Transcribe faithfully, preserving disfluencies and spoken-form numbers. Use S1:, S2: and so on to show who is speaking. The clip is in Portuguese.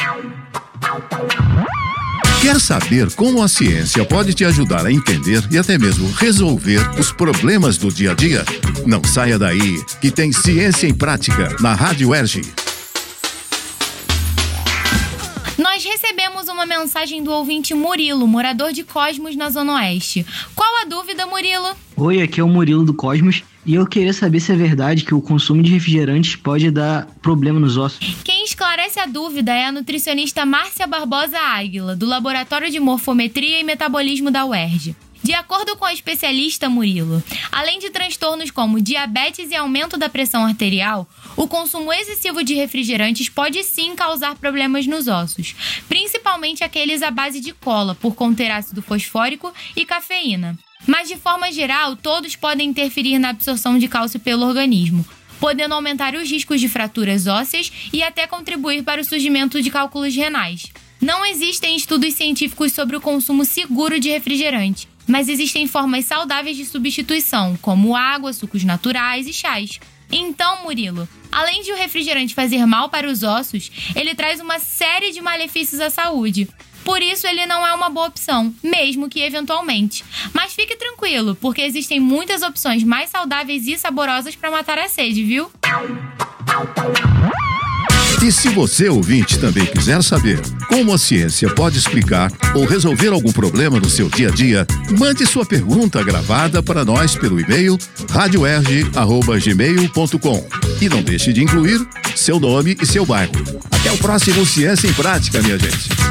S1: Quer saber como a ciência pode te ajudar a entender e até mesmo resolver os problemas do dia a dia? Não saia daí, que tem Ciência em Prática na Rádio Erge.
S2: Nós recebemos uma mensagem do ouvinte Murilo, morador de Cosmos, na Zona Oeste. Qual a dúvida, Murilo?
S3: Oi, aqui é o Murilo do Cosmos e eu queria saber se é verdade que o consumo de refrigerantes pode dar problema nos ossos.
S2: Quem esclarece a dúvida é a nutricionista Márcia Barbosa Águila, do Laboratório de Morfometria e Metabolismo da U E R J. De acordo com a especialista Murilo, além de transtornos como diabetes e aumento da pressão arterial, o consumo excessivo de refrigerantes pode sim causar problemas nos ossos, principalmente aqueles à base de cola, por conter ácido fosfórico e cafeína. Mas, de forma geral, todos podem interferir na absorção de cálcio pelo organismo, podendo aumentar os riscos de fraturas ósseas e até contribuir para o surgimento de cálculos renais. Não existem estudos científicos sobre o consumo seguro de refrigerante, mas existem formas saudáveis de substituição, como água, sucos naturais e chás. Então, Murilo, além de o refrigerante fazer mal para os ossos, ele traz uma série de malefícios à saúde. Por isso, ele não é uma boa opção, mesmo que eventualmente. Mas fique tranquilo, porque existem muitas opções mais saudáveis e saborosas para matar a sede, viu?
S1: E se você, ouvinte, também quiser saber como a ciência pode explicar ou resolver algum problema no seu dia a dia, mande sua pergunta gravada para nós pelo e-mail rádio erge arroba gmail ponto com e não deixe de incluir seu nome e seu bairro. Até o próximo Ciência em Prática, minha gente.